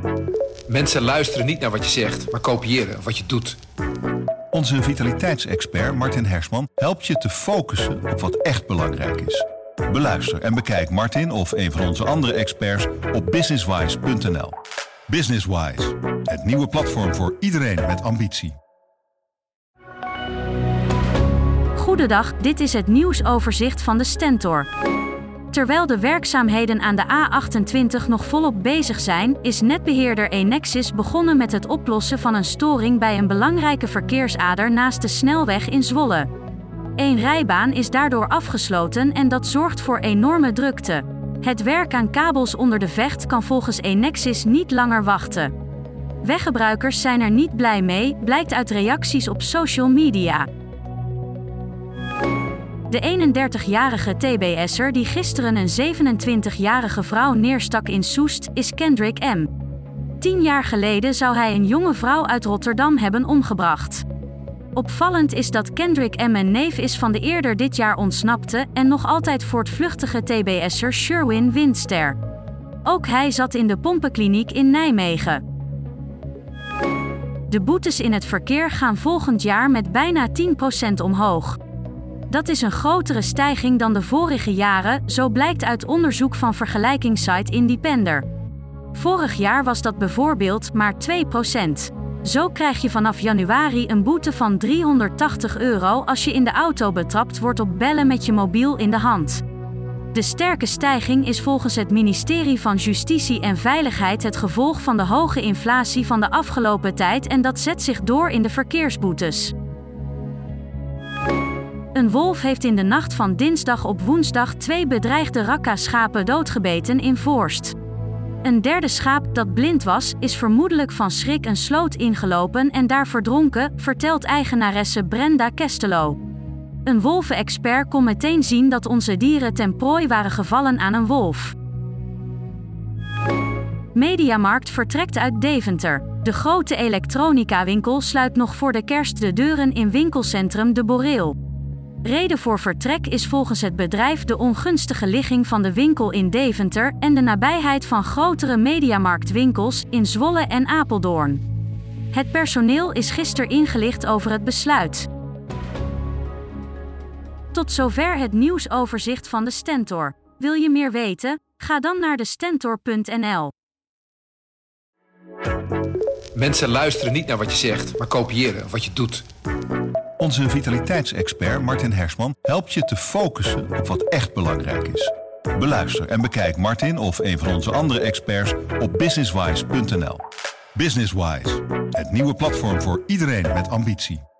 Mensen luisteren niet naar wat je zegt, maar kopiëren wat je doet. Onze vitaliteitsexpert Martin Hersman helpt je te focussen op wat echt belangrijk is. Beluister en bekijk Martin of een van onze andere experts op businesswise.nl. Businesswise, het nieuwe platform voor iedereen met ambitie. Goedendag, dit is het nieuwsoverzicht van de Stentor. Terwijl de werkzaamheden aan de A28 nog volop bezig zijn, is netbeheerder Enexis begonnen met het oplossen van een storing bij een belangrijke verkeersader naast de snelweg in Zwolle. Eén rijbaan is daardoor afgesloten en dat zorgt voor enorme drukte. Het werk aan kabels onder de Vecht kan volgens Enexis niet langer wachten. Weggebruikers zijn er niet blij mee, blijkt uit reacties op social media. De 31-jarige TBS'er die gisteren een 27-jarige vrouw neerstak in Soest is Kendrick M. 10 jaar geleden zou hij een jonge vrouw uit Rotterdam hebben omgebracht. Opvallend is dat Kendrick M. een neef is van de eerder dit jaar ontsnapte en nog altijd voortvluchtige TBS'er Sherwin Windster. Ook hij zat in de pompenkliniek in Nijmegen. De boetes in het verkeer gaan volgend jaar met bijna 10% omhoog. Dat is een grotere stijging dan de vorige jaren, zo blijkt uit onderzoek van vergelijkingssite Independer. Vorig jaar was dat bijvoorbeeld maar 2%. Zo krijg je vanaf januari een boete van €380 als je in de auto betrapt wordt op bellen met je mobiel in de hand. De sterke stijging is volgens het ministerie van Justitie en Veiligheid het gevolg van de hoge inflatie van de afgelopen tijd en dat zet zich door in de verkeersboetes. Een wolf heeft in de nacht van dinsdag op woensdag 2 bedreigde Rakka-schapen doodgebeten in Voorst. Een derde schaap dat blind was, is vermoedelijk van schrik een sloot ingelopen en daar verdronken, vertelt eigenaresse Brenda Kestelo. Een wolvenexpert kon meteen zien dat onze dieren ten prooi waren gevallen aan een wolf. Mediamarkt vertrekt uit Deventer. De grote elektronica-winkel sluit nog voor de kerst de deuren in winkelcentrum De Boreel. Reden voor vertrek is volgens het bedrijf de ongunstige ligging van de winkel in Deventer en de nabijheid van grotere mediamarktwinkels in Zwolle en Apeldoorn. Het personeel is gisteren ingelicht over het besluit. Tot zover het nieuwsoverzicht van de Stentor. Wil je meer weten? Ga dan naar de stentor.nl. Mensen luisteren niet naar wat je zegt, maar kopiëren wat je doet. Onze vitaliteitsexpert Martin Hersman helpt je te focussen op wat echt belangrijk is. Beluister en bekijk Martin of een van onze andere experts op businesswise.nl. Businesswise, het nieuwe platform voor iedereen met ambitie.